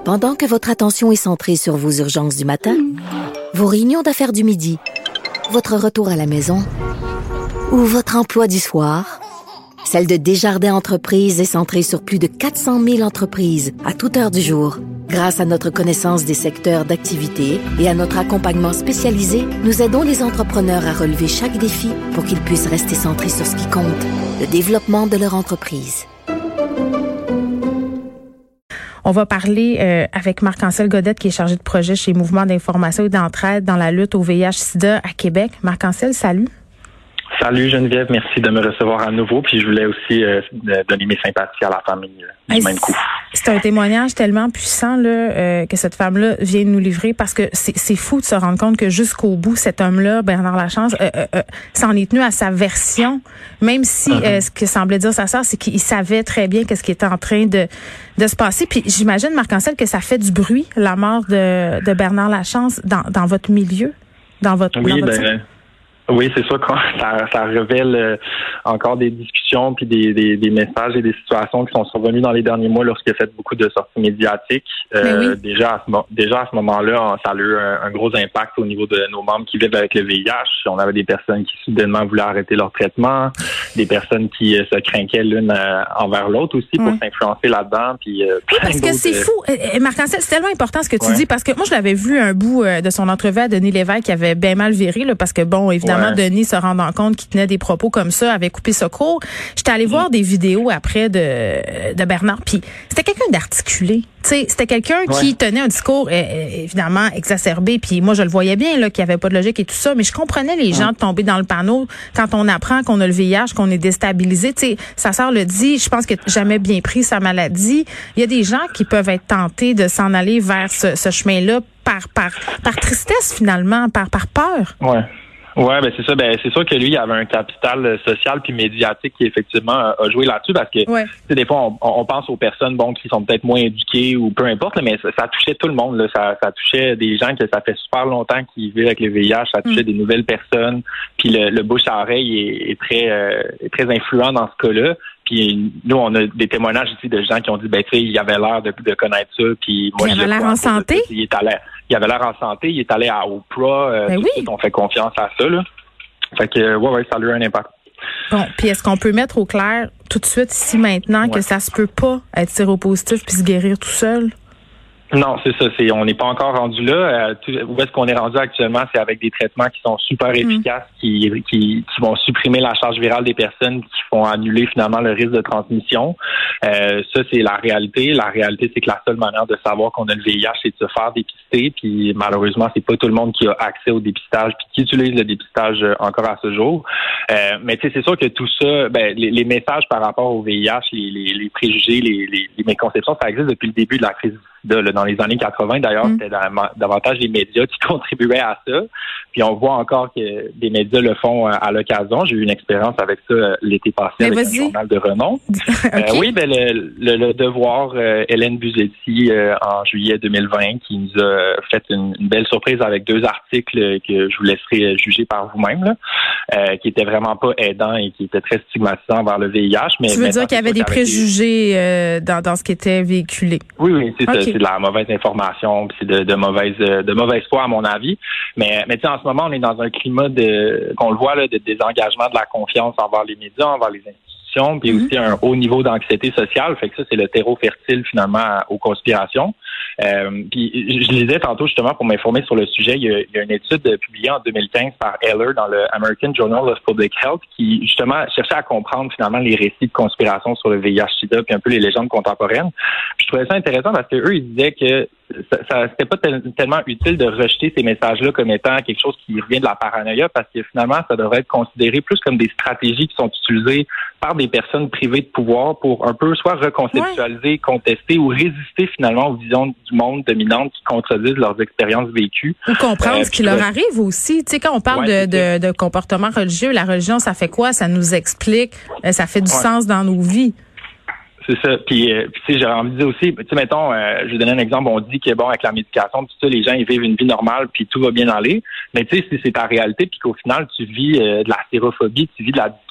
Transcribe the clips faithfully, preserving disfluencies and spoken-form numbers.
Pendant que votre attention est centrée sur vos urgences du matin, vos réunions d'affaires du midi, votre retour à la maison ou votre emploi du soir, celle de Desjardins Entreprises est centrée sur plus de quatre cent mille entreprises à toute heure du jour. Grâce à notre connaissance des secteurs d'activité et à notre accompagnement spécialisé, nous aidons les entrepreneurs à relever chaque défi pour qu'ils puissent rester centrés sur ce qui compte, le développement de leur entreprise. On va parler euh, avec Marc-Ancel Godette, qui est chargé de projet chez Mouvement d'information et d'entraide dans la lutte au V I H sida à Québec. Marc-Ancel, salut. Salut Geneviève, merci de me recevoir à nouveau. Puis je voulais aussi euh, donner mes sympathies à la famille euh, du même coup. C'est un témoignage tellement puissant là euh, que cette femme-là vient de nous livrer, parce que c'est, c'est fou de se rendre compte que jusqu'au bout, cet homme-là, Bernard Lachance, euh, euh, euh, s'en est tenu à sa version, même si uh-huh. euh, ce que semblait dire sa sœur, c'est qu'il savait très bien qu'est-ce qui était en train de de se passer. Puis j'imagine, Marc-Ancel, que ça fait du bruit, la mort de, de Bernard Lachance, dans, dans votre milieu, dans votre, oui, dans votre ben... Oui, c'est sûr que ça, ça révèle euh, encore des discussions puis des, des, des messages et des situations qui sont survenus dans les derniers mois lorsqu'il a fait beaucoup de sorties médiatiques. Euh, oui. Déjà à ce déjà à ce moment-là, ça a eu un, un gros impact au niveau de nos membres qui vivent avec le V I H. On avait des personnes qui soudainement voulaient arrêter leur traitement, des personnes qui euh, se craquaient l'une euh, envers l'autre aussi pour oui. s'influencer là-dedans. Puis euh, oui, parce que c'est fou, euh, Marc-Ancel, c'est tellement important ce que tu ouais. dis, parce que moi je l'avais vu un bout euh, de son entrevue à Denis Lévesque qui avait bien mal viré là, parce que bon, évidemment. Ouais. Denis, se rendant compte qu'il tenait des propos comme ça, avait coupé ce cours. J'étais allée mmh. voir des vidéos après de, de Bernard, puis c'était quelqu'un d'articulé. Tu sais, c'était quelqu'un ouais. qui tenait un discours euh, évidemment exacerbé, puis moi je le voyais bien là qu'il n'y avait pas de logique et tout ça, mais je comprenais les gens mmh. de tomber dans le panneau quand on apprend qu'on a le V I H, qu'on est déstabilisé. Tu sais, sa sœur le dit, je pense qu'il n'a jamais bien pris sa maladie. Il y a des gens qui peuvent être tentés de s'en aller vers ce, ce chemin-là par par par tristesse finalement, par par peur. Ouais. Ouais, ben c'est ça. Ben c'est sûr que lui, il avait un capital social puis médiatique qui effectivement a joué là-dessus, parce que ouais. tu sais, des fois on, on pense aux personnes bon qui sont peut-être moins éduquées ou peu importe, mais ça, ça touchait tout le monde. Là. Ça, ça touchait des gens que ça fait super longtemps qu'ils vivent avec le V I H. Ça touchait mm. des nouvelles personnes. Puis le, le bouche à oreille est, est très euh, est très influent dans ce cas-là. Puis nous, on a des témoignages ici de gens qui ont dit, ben tu sais, il avait l'air de, de connaître ça. Puis moi, il avait l'air en santé. Il est allé, il avait l'air en santé. Il est allé à Oprah. Euh, ben tout oui. de suite, on fait confiance à ça. Là. Fait que ouais, ouais, ça a eu un impact. Bon, puis est-ce qu'on peut mettre au clair tout de suite ici maintenant ouais. que ça se peut pas être séropositif puis se guérir tout seul? Non, c'est ça. C'est on n'est pas encore rendu là. Euh, tout, où est-ce qu'on est rendu actuellement, c'est avec des traitements qui sont super efficaces, mmh. qui, qui qui vont supprimer la charge virale des personnes, qui font annuler finalement le risque de transmission. Euh, ça, c'est la réalité. La réalité, c'est que la seule manière de savoir qu'on a le V I H, c'est de se faire dépister. Puis malheureusement, c'est pas tout le monde qui a accès au dépistage puis qui utilise le dépistage encore à ce jour. Euh, mais tu sais, c'est sûr que tout ça, ben les, les messages par rapport au V I H, les, les, les préjugés, les, les, les méconceptions, ça existe depuis le début de la crise. De, là, dans les années quatre-vingts, d'ailleurs, mmh. c'était dans, davantage les médias qui contribuaient à ça. Puis on voit encore que des médias le font à l'occasion. J'ai eu une expérience avec ça l'été passé Mais avec vas-y. un journal de renom. okay. euh, oui, ben le, le, le Devoir, euh, Hélène Buzetti, euh, en juillet deux mille vingt, qui nous a fait une, une belle surprise avec deux articles que je vous laisserai juger par vous-même, là, euh, qui étaient vraiment pas aidants et qui étaient très stigmatisants vers le V I H. Mais tu veux dire qu'il y avait des préjugés des... Euh, dans, dans ce qui était véhiculé? Oui, oui, c'est okay. ça. C'est de la mauvaise information, puis c'est de, de mauvaise de mauvaise foi à mon avis. Mais mais tu sais, en ce moment, on est dans un climat de qu'on le voit là, de désengagement de la confiance envers les médias, envers les institutions, puis mm-hmm. aussi un haut niveau d'anxiété sociale. Fait que ça, c'est le terreau fertile finalement aux conspirations. Euh, puis je lisais tantôt justement pour m'informer sur le sujet, il y a, il y a une étude publiée en deux mille quinze par Heller dans le American Journal of Public Health qui justement cherchait à comprendre finalement les récits de conspiration sur le V I H/SIDA puis un peu les légendes contemporaines. Puis je trouvais ça intéressant parce que eux ils disaient que ça, ça c'était pas tel, tellement utile de rejeter ces messages-là comme étant quelque chose qui revient de la paranoïa, parce que finalement ça devrait être considéré plus comme des stratégies qui sont utilisées par des personnes privées de pouvoir pour un peu soit reconceptualiser, ouais. contester ou résister finalement aux visions du monde dominante qui contredisent leurs expériences vécues. Ou comprendre euh, ce qui leur arrive aussi. Tu sais, quand on parle ouais, de, de, de comportement religieux, la religion, ça fait quoi? Ça nous explique, ça fait du ouais. sens dans nos vies. C'est ça. Puis, euh, puis tu sais, j'aurais envie de dire aussi, tu sais, mettons, euh, je vais donner un exemple. On dit que bon, avec la médication, tout ça, les gens ils vivent une vie normale, puis tout va bien aller. Mais tu sais, si c'est ta réalité, puis qu'au final tu vis euh, de la sérophobie, tu vis de la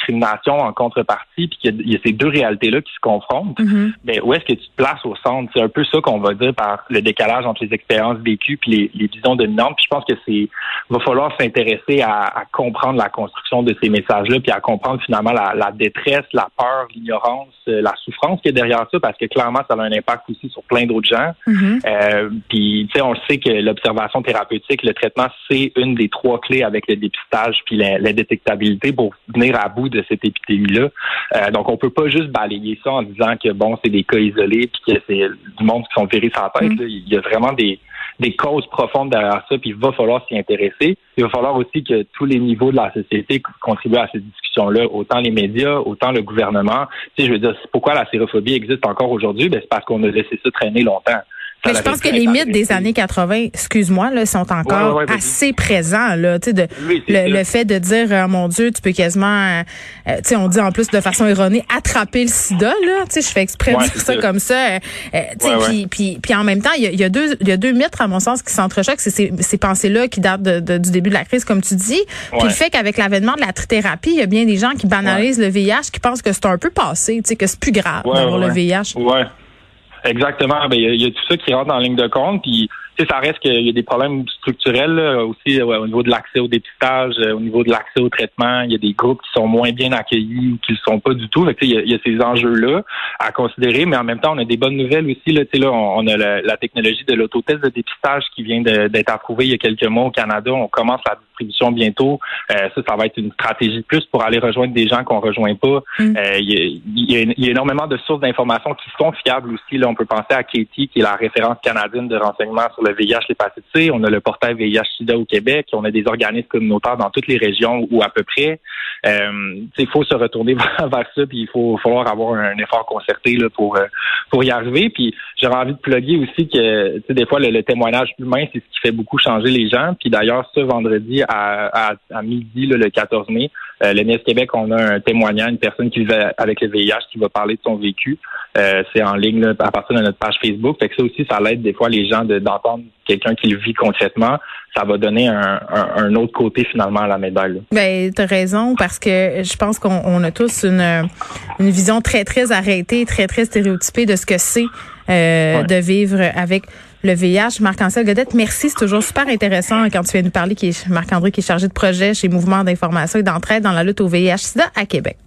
discrimination en contrepartie, puis qu'il y a ces deux réalités-là qui se confrontent, mm-hmm. ben où est-ce que tu te places au centre? C'est un peu ça qu'on va dire par le décalage entre les expériences vécues puis les, les visions dominantes. Puis je pense que c'est va falloir s'intéresser à, à comprendre la construction de ces messages-là, puis à comprendre finalement la, la détresse, la peur, l'ignorance, la souffrance qui est derrière ça, parce que clairement, ça a un impact aussi sur plein d'autres gens. Mm-hmm. Euh, puis, tu sais, on le sait que l'observation thérapeutique, le traitement, c'est une des trois clés avec le dépistage puis la, la détectabilité pour venir à bout de cette épidémie-là. Euh, donc, on peut pas juste balayer ça en disant que, bon, c'est des cas isolés puis que c'est du monde qui sont virés sans tête. Mm-hmm. Là. Il y a vraiment des des causes profondes derrière ça, puis il va falloir s'y intéresser. Il va falloir aussi que tous les niveaux de la société contribuent à ces discussions-là, autant les médias, autant le gouvernement. Tu sais, je veux dire, pourquoi la sérophobie existe encore aujourd'hui? Ben, c'est parce qu'on a laissé ça traîner longtemps. Mais je pense que les mythes des années quatre-vingts, excuse-moi, là, sont encore ouais, ouais, assez présents, là, tu sais, de oui, le, le fait de dire, oh, mon Dieu, tu peux quasiment, euh, tu sais, on dit en plus de façon erronée, attraper le sida, là, tu sais, je fais exprès de ouais, dire ça, ça comme ça, euh, tu sais, ouais, puis, ouais. puis, puis en même temps, il y a, y a deux, il y a deux mythes à mon sens qui s'entrechoquent, c'est ces, ces pensées-là qui datent de, de, du début de la crise, comme tu dis, puis ouais. le fait qu'avec l'avènement de la trithérapie, il y a bien des gens qui banalisent ouais. le V I H, qui pensent que c'est un peu passé, tu sais, que c'est plus grave ouais, d'avoir ouais. le V I H. Ouais. Exactement. Ben, il y, a, il y a tout ça qui rentre en ligne de compte. Puis, tu sais, ça reste qu'il y a des problèmes structurels là, aussi ouais, au niveau de l'accès au dépistage, euh, au niveau de l'accès au traitement. Il y a des groupes qui sont moins bien accueillis ou qui le sont pas du tout. Tu sais, il y a, il y a ces enjeux-là à considérer, mais en même temps, on a des bonnes nouvelles aussi. Là, tu sais, là, on, on a la, la technologie de l'autotest de dépistage qui vient de, d'être approuvée il y a quelques mois au Canada. On commence la distribution bientôt. Euh, ça, ça va être une stratégie de plus pour aller rejoindre des gens qu'on rejoint pas. Mm. Euh, il, y a, il, y a, il y a énormément de sources d'informations qui sont fiables aussi. Là, on peut penser à Katie, qui est la référence canadienne de renseignement sur le V I H, l'hépatite C. On a le portail V I H-Sida au Québec. On a des organismes communautaires dans toutes les régions ou à peu près. Euh, il faut se retourner vers, vers ça, puis il faut falloir avoir un effort concerté là, pour euh, pour y arriver. Puis j'aurais envie de plugger aussi que des fois le, le témoignage humain, c'est ce qui fait beaucoup changer les gens. Puis d'ailleurs, ce vendredi à, à, à midi, là, le quatorze mai, euh, le N I S Québec, on a un témoignage, une personne qui vit avec le V I H qui va parler de son vécu. Euh, c'est en ligne là, à partir de notre page Facebook. Fait que ça aussi, ça l'aide des fois les gens de, d'entendre quelqu'un qui le vit concrètement. Ça va donner un, un, un autre côté finalement à la médaille. Là. Ben, t'as raison, parce que je pense qu'on on a tous une, une vision très, très arrêtée, très, très stéréotypée de ce que c'est euh, ouais. de vivre avec le V I H. Marc-Ancel Godette, merci. C'est toujours super intéressant quand tu viens nous parler, qui est Marc-André qui est chargé de projet chez Mouvement d'information et d'entraide dans la lutte au V I H-Sida à Québec.